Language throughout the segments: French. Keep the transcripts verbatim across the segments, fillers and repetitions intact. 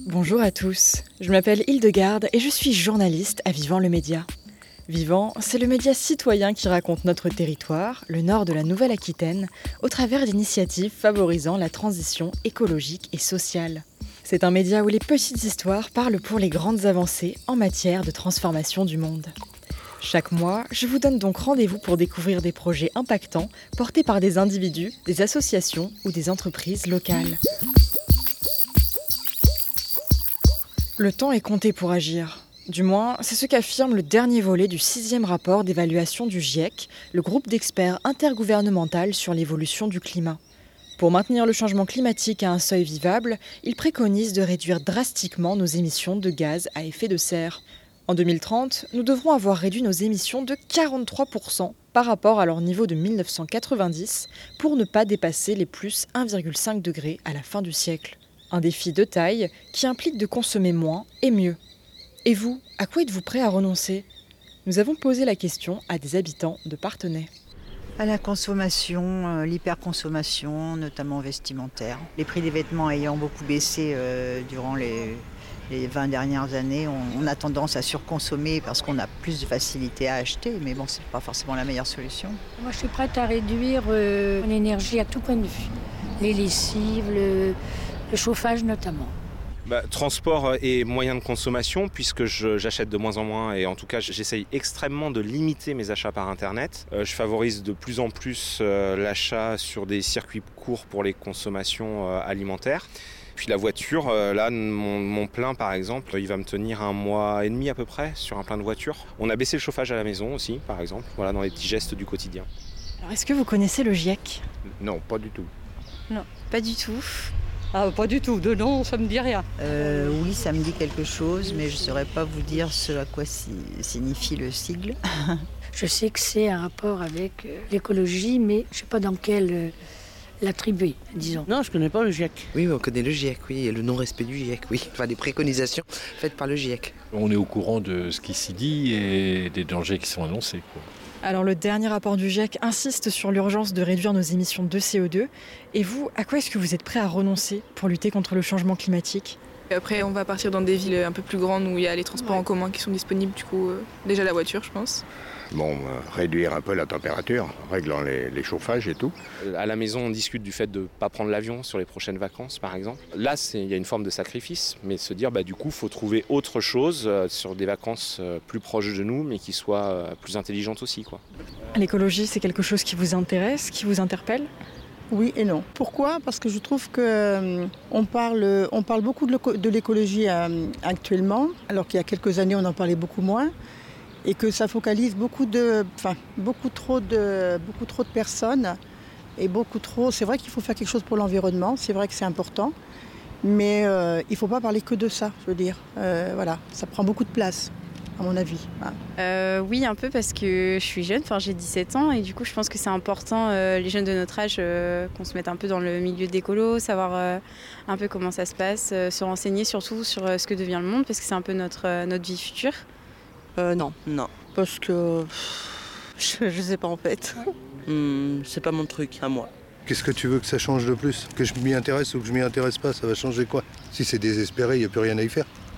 Bonjour à tous, je m'appelle Hildegarde et je suis journaliste à Vivant le Média. Vivant, c'est le média citoyen qui raconte notre territoire, le nord de la Nouvelle-Aquitaine, au travers d'initiatives favorisant la transition écologique et sociale. C'est un média où les petites histoires parlent pour les grandes avancées en matière de transformation du monde. Chaque mois, je vous donne donc rendez-vous pour découvrir des projets impactants portés par des individus, des associations ou des entreprises locales. Le temps est compté pour agir. Du moins, c'est ce qu'affirme le dernier volet du sixième rapport d'évaluation du GIEC, le groupe d'experts intergouvernemental sur l'évolution du climat. Pour maintenir le changement climatique à un seuil vivable, il préconise de réduire drastiquement nos émissions de gaz à effet de serre. En deux mille trente, nous devrons avoir réduit nos émissions de quarante-trois pour cent par rapport à leur niveau de mille neuf cent quatre-vingt-dix pour ne pas dépasser les plus un virgule cinq degrés à la fin du siècle. Un défi de taille qui implique de consommer moins et mieux. Et vous, à quoi êtes-vous prêt à renoncer ? Nous avons posé la question à des habitants de Parthenay. À la consommation, euh, l'hyperconsommation, notamment vestimentaire. Les prix des vêtements ayant beaucoup baissé euh, durant les, les vingt dernières années, on, on a tendance à surconsommer parce qu'on a plus de facilité à acheter, mais bon, c'est pas forcément la meilleure solution. Moi, je suis prête à réduire euh, mon énergie à tout point de vue. Les lessives, le, le chauffage notamment. Bah, transport et moyens de consommation, puisque je, j'achète de moins en moins et en tout cas j'essaye extrêmement de limiter mes achats par internet. Euh, je favorise de plus en plus euh, l'achat sur des circuits courts pour les consommations euh, alimentaires. Puis la voiture, euh, là mon, mon plein par exemple, il va me tenir un mois et demi à peu près sur un plein de voiture. On a baissé le chauffage à la maison aussi par exemple, voilà, dans les petits gestes du quotidien. Alors est-ce que vous connaissez le GIEC ? Non, pas du tout. Non, pas du tout. Ah, pas du tout, de non, ça me dit rien. Euh, oui, ça me dit quelque chose, mais je ne saurais pas vous dire ce à quoi si, signifie le sigle. Je sais que c'est un rapport avec euh, l'écologie, mais je ne sais pas dans quel euh, l'attribuer, disons. Non, je ne connais pas le GIEC. Oui, mais on connaît le GIEC, oui, et le non-respect du GIEC, oui. Enfin, des préconisations faites par le GIEC. On est au courant de ce qui s'y dit et des dangers qui sont annoncés, quoi. Alors le dernier rapport du GIEC insiste sur l'urgence de réduire nos émissions de C O deux. Et vous, à quoi est-ce que vous êtes prêt à renoncer pour lutter contre le changement climatique ? Après, on va partir dans des villes un peu plus grandes où il y a les transports ouais. en commun qui sont disponibles, du coup, euh, déjà la voiture, je pense. Bon, euh, réduire un peu la température, réglant les, les chauffages et tout. À la maison, on discute du fait de ne pas prendre l'avion sur les prochaines vacances, par exemple. Là, il y a une forme de sacrifice, mais se dire, bah, du coup, il faut trouver autre chose euh, sur des vacances euh, plus proches de nous, mais qui soient euh, plus intelligentes aussi, quoi. L'écologie, c'est quelque chose qui vous intéresse, qui vous interpelle ? Oui et non. Pourquoi ? Parce que je trouve qu'on euh, parle, on parle beaucoup de, de l'écologie euh, actuellement, alors qu'il y a quelques années, on en parlait beaucoup moins. Et que ça focalise beaucoup, de, enfin, beaucoup, trop de, beaucoup trop de personnes. Et beaucoup trop. C'est vrai qu'il faut faire quelque chose pour l'environnement, c'est vrai que c'est important. Mais euh, il ne faut pas parler que de ça, je veux dire. Euh, voilà, ça prend beaucoup de place, à mon avis. Voilà. Euh, oui, un peu parce que je suis jeune, enfin j'ai dix-sept ans et du coup je pense que c'est important, euh, les jeunes de notre âge, euh, qu'on se mette un peu dans le milieu d'écolo, savoir euh, un peu comment ça se passe, euh, se renseigner surtout sur euh, ce que devient le monde parce que c'est un peu notre, euh, notre vie future. Euh, non, non, parce que je, je sais pas en fait. Hum, c'est pas mon truc, à moi. Qu'est-ce que tu veux que ça change de plus ? Que je m'y intéresse ou que je m'y intéresse pas, ça va changer quoi ? Si c'est désespéré, il n'y a plus rien à y faire, non ?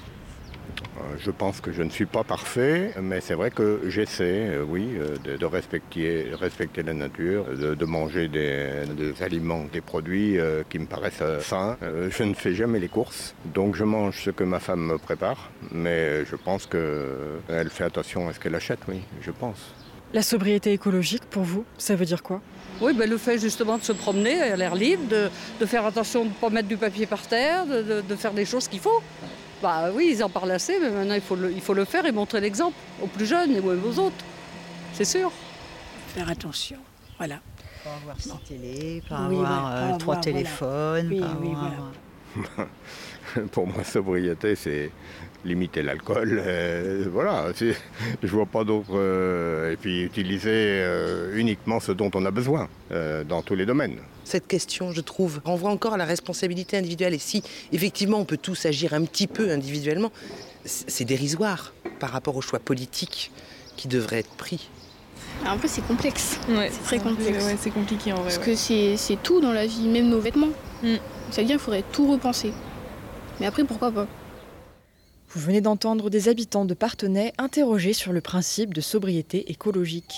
Je pense que je ne suis pas parfait, mais c'est vrai que j'essaie, euh, oui, euh, de, de respecter, respecter la nature, de, de manger des, des aliments, des produits euh, qui me paraissent euh, sains. Euh, je ne fais jamais les courses, donc je mange ce que ma femme me prépare, mais je pense qu'elle fait attention à ce qu'elle achète, oui, je pense. La sobriété écologique, pour vous, ça veut dire quoi ? Oui, ben, le fait justement de se promener à l'air libre, de, de faire attention de ne pas mettre du papier par terre, de, de, de faire des choses qu'il faut. Bah oui, ils en parlent assez, mais maintenant il faut le, il faut le faire et montrer l'exemple aux plus jeunes et aux autres, c'est sûr. Faire attention, voilà. Pas avoir six télés, pas oui, avoir voilà, euh, pas trois avoir, téléphones. Voilà. Pas Oui, oui, avoir... voilà. Pour moi, sobriété, c'est limiter l'alcool. Euh, voilà, c'est, je vois pas d'autres. Euh, et puis utiliser euh, uniquement ce dont on a besoin euh, dans tous les domaines. Cette question, je trouve, renvoie encore à la responsabilité individuelle. Et si, effectivement, on peut tous agir un petit peu individuellement, c'est dérisoire par rapport aux choix politiques qui devraient être pris. Un peu, c'est complexe. Ouais, c'est très complexe. Ouais, c'est compliqué en vrai. Parce ouais. que c'est, c'est tout dans la vie, même nos vêtements. Mm. C'est-à-dire qu'il faudrait tout repenser. Mais après, pourquoi pas? Vous venez d'entendre des habitants de Parthenay interrogés sur le principe de sobriété écologique.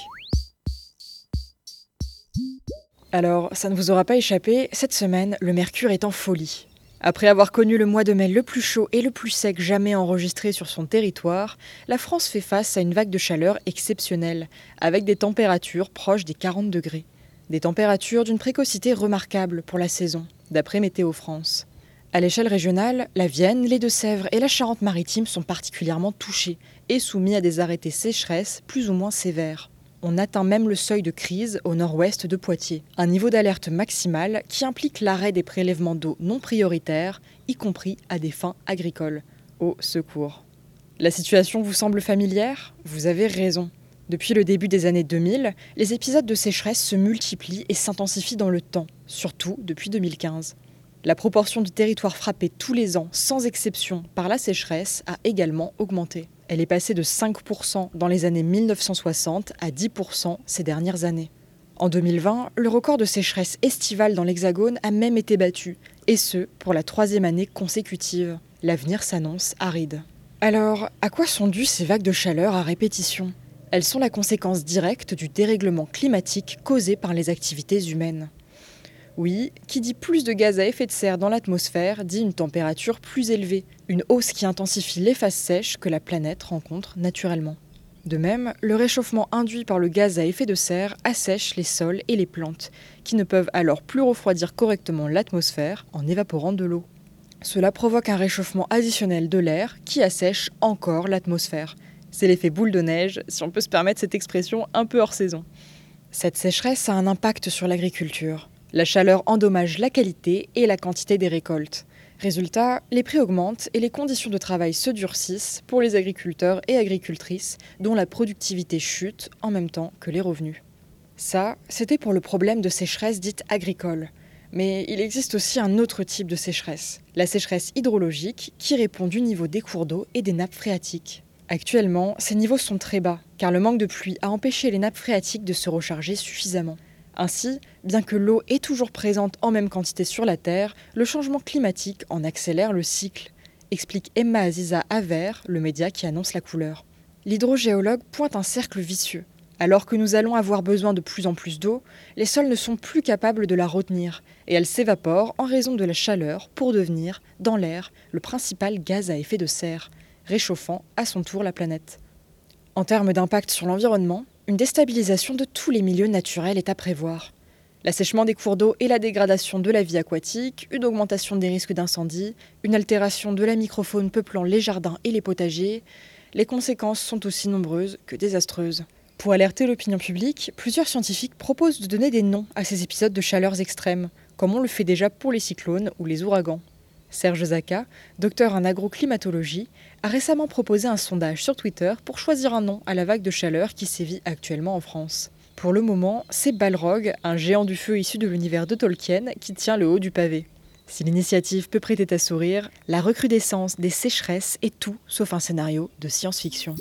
Alors, ça ne vous aura pas échappé, cette semaine, le mercure est en folie. Après avoir connu le mois de mai le plus chaud et le plus sec jamais enregistré sur son territoire, la France fait face à une vague de chaleur exceptionnelle, avec des températures proches des quarante degrés. Des températures d'une précocité remarquable pour la saison, d'après Météo France. À l'échelle régionale, la Vienne, les Deux-Sèvres et la Charente-Maritime sont particulièrement touchés et soumis à des arrêtés sécheresse plus ou moins sévères. On atteint même le seuil de crise au nord-ouest de Poitiers, un niveau d'alerte maximal qui implique l'arrêt des prélèvements d'eau non prioritaires, y compris à des fins agricoles. Au secours. La situation vous semble familière ? Vous avez raison. Depuis le début des années deux mille, les épisodes de sécheresse se multiplient et s'intensifient dans le temps, surtout depuis deux mille quinze. La proportion du territoire frappé tous les ans, sans exception, par la sécheresse a également augmenté. Elle est passée de cinq pour cent dans les années mille neuf cent soixante à dix pour cent ces dernières années. En deux mille vingt, le record de sécheresse estivale dans l'Hexagone a même été battu, et ce, pour la troisième année consécutive. L'avenir s'annonce aride. Alors, à quoi sont dues ces vagues de chaleur à répétition ? Elles sont la conséquence directe du dérèglement climatique causé par les activités humaines. Oui, qui dit plus de gaz à effet de serre dans l'atmosphère dit une température plus élevée, une hausse qui intensifie les phases sèches que la planète rencontre naturellement. De même, le réchauffement induit par le gaz à effet de serre assèche les sols et les plantes, qui ne peuvent alors plus refroidir correctement l'atmosphère en évaporant de l'eau. Cela provoque un réchauffement additionnel de l'air qui assèche encore l'atmosphère. C'est l'effet boule de neige, si on peut se permettre cette expression un peu hors saison. Cette sécheresse a un impact sur l'agriculture. La chaleur endommage la qualité et la quantité des récoltes. Résultat, les prix augmentent et les conditions de travail se durcissent pour les agriculteurs et agricultrices dont la productivité chute en même temps que les revenus. Ça, c'était pour le problème de sécheresse dite agricole. Mais il existe aussi un autre type de sécheresse, la sécheresse hydrologique qui répond du niveau des cours d'eau et des nappes phréatiques. Actuellement, ces niveaux sont très bas, car le manque de pluie a empêché les nappes phréatiques de se recharger suffisamment. Ainsi, bien que l'eau est toujours présente en même quantité sur la Terre, le changement climatique en accélère le cycle, explique Emma Aziza Haver, le média qui annonce la couleur. L'hydrogéologue pointe un cercle vicieux. Alors que nous allons avoir besoin de plus en plus d'eau, les sols ne sont plus capables de la retenir, et elle s'évapore en raison de la chaleur pour devenir, dans l'air, le principal gaz à effet de serre, réchauffant à son tour la planète. En termes d'impact sur l'environnement, une déstabilisation de tous les milieux naturels est à prévoir. L'assèchement des cours d'eau et la dégradation de la vie aquatique, une augmentation des risques d'incendie, une altération de la microfaune peuplant les jardins et les potagers, les conséquences sont aussi nombreuses que désastreuses. Pour alerter l'opinion publique, plusieurs scientifiques proposent de donner des noms à ces épisodes de chaleurs extrêmes, comme on le fait déjà pour les cyclones ou les ouragans. Serge Zaka, docteur en agroclimatologie, a récemment proposé un sondage sur Twitter pour choisir un nom à la vague de chaleur qui sévit actuellement en France. Pour le moment, c'est Balrog, un géant du feu issu de l'univers de Tolkien, qui tient le haut du pavé. Si l'initiative peut prêter à sourire, la recrudescence des sécheresses est tout sauf un scénario de science-fiction.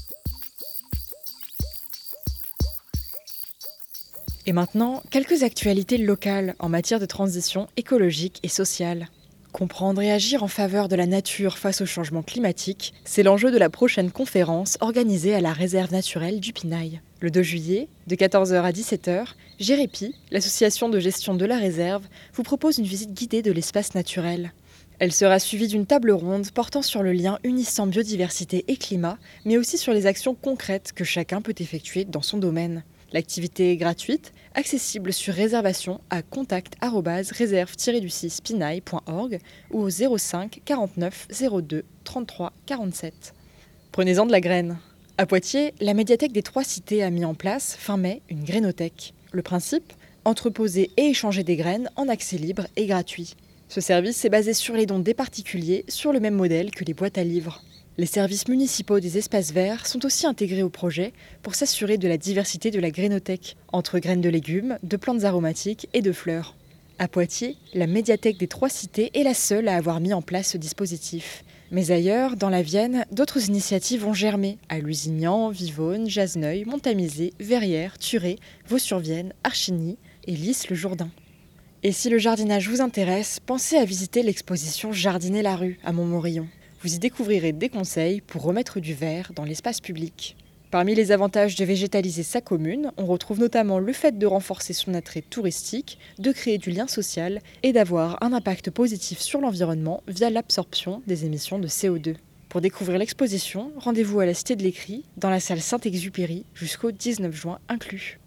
Et maintenant, quelques actualités locales en matière de transition écologique et sociale. Comprendre et agir en faveur de la nature face au changement climatique, c'est l'enjeu de la prochaine conférence organisée à la réserve naturelle du Pinail. Le deux juillet, de quatorze heures à dix-sept heures, Gérépi, l'association de gestion de la réserve, vous propose une visite guidée de l'espace naturel. Elle sera suivie d'une table ronde portant sur le lien unissant biodiversité et climat, mais aussi sur les actions concrètes que chacun peut effectuer dans son domaine. L'activité est gratuite, accessible sur réservation à contact arobase réserve tiret du six pinail point org ou au zéro cinq quarante-neuf zéro deux trente-trois quarante-sept. Prenez-en de la graine. À Poitiers, la médiathèque des Trois Cités a mis en place, fin mai, une grainothèque. Le principe ? Entreposer et échanger des graines en accès libre et gratuit. Ce service est basé sur les dons des particuliers, sur le même modèle que les boîtes à livres. Les services municipaux des espaces verts sont aussi intégrés au projet pour s'assurer de la diversité de la grainothèque, entre graines de légumes, de plantes aromatiques et de fleurs. À Poitiers, la médiathèque des Trois Cités est la seule à avoir mis en place ce dispositif. Mais ailleurs, dans la Vienne, d'autres initiatives ont germé, à Lusignan, Vivonne, Jasneuil, Montamisé, Verrières, Thuré, Vaux-sur-Vienne, Archigny et Lys-le-Jourdain. Et si le jardinage vous intéresse, pensez à visiter l'exposition Jardiner la rue à Montmorillon. Vous y découvrirez des conseils pour remettre du vert dans l'espace public. Parmi les avantages de végétaliser sa commune, on retrouve notamment le fait de renforcer son attrait touristique, de créer du lien social et d'avoir un impact positif sur l'environnement via l'absorption des émissions de C O deux. Pour découvrir l'exposition, rendez-vous à la Cité de l'Écrit, dans la salle Saint-Exupéry, jusqu'au dix-neuf juin inclus.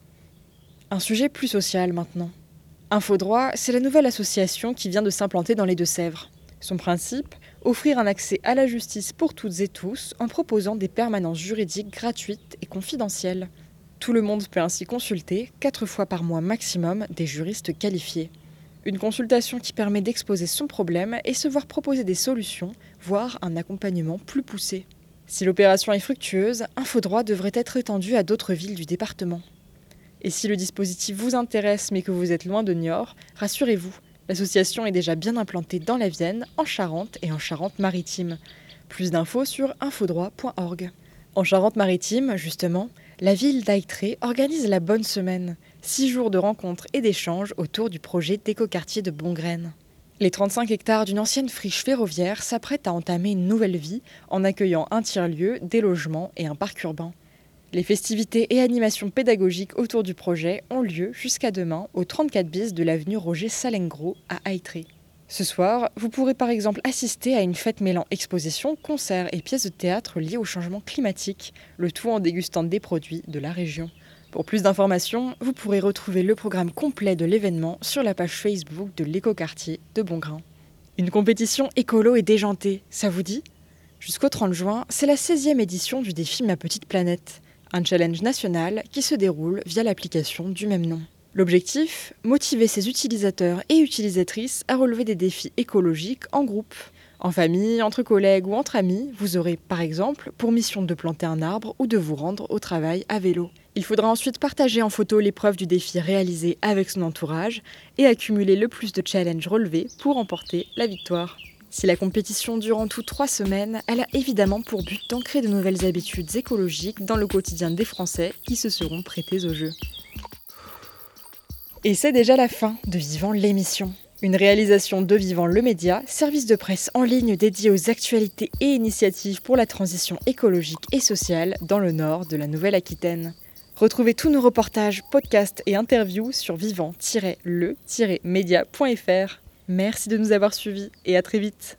Un sujet plus social maintenant. Infodroit, c'est la nouvelle association qui vient de s'implanter dans les Deux-Sèvres. Son principe, offrir un accès à la justice pour toutes et tous en proposant des permanences juridiques gratuites et confidentielles. Tout le monde peut ainsi consulter, quatre fois par mois maximum, des juristes qualifiés. Une consultation qui permet d'exposer son problème et se voir proposer des solutions, voire un accompagnement plus poussé. Si l'opération est fructueuse, Infodroit devrait être étendue à d'autres villes du département. Et si le dispositif vous intéresse mais que vous êtes loin de Niort, rassurez-vous, l'association est déjà bien implantée dans la Vienne, en Charente et en Charente-Maritime. Plus d'infos sur infodroit point org. En Charente-Maritime, justement, la ville d'Aigtré organise la Bonne Semaine, six jours de rencontres et d'échanges autour du projet d'écoquartier de Bongraine. Les trente-cinq hectares d'une ancienne friche ferroviaire s'apprêtent à entamer une nouvelle vie en accueillant un tiers-lieu, des logements et un parc urbain. Les festivités et animations pédagogiques autour du projet ont lieu jusqu'à demain au trente-quatre bis de l'avenue Roger Salengro à Aigtré. Ce soir, vous pourrez par exemple assister à une fête mêlant expositions, concerts et pièces de théâtre liées au changement climatique, le tout en dégustant des produits de la région. Pour plus d'informations, vous pourrez retrouver le programme complet de l'événement sur la page Facebook de l'écoquartier de Bongrain. Une compétition écolo et déjantée, ça vous dit ? Jusqu'au trente juin, c'est la seizième édition du défi Ma Petite Planète. Un challenge national qui se déroule via l'application du même nom. L'objectif, motiver ses utilisateurs et utilisatrices à relever des défis écologiques en groupe. En famille, entre collègues ou entre amis, vous aurez par exemple pour mission de planter un arbre ou de vous rendre au travail à vélo. Il faudra ensuite partager en photo l'épreuve du défi réalisé avec son entourage et accumuler le plus de challenges relevés pour remporter la victoire. Si la compétition dure en tout trois semaines, elle a évidemment pour but d'ancrer de nouvelles habitudes écologiques dans le quotidien des Français qui se seront prêtés au jeu. Et c'est déjà la fin de Vivant l'émission. Une réalisation de Vivant le Média, service de presse en ligne dédié aux actualités et initiatives pour la transition écologique et sociale dans le nord de la Nouvelle-Aquitaine. Retrouvez tous nos reportages, podcasts et interviews sur vivant tiret le tiret média point f r. Merci de nous avoir suivis et à très vite.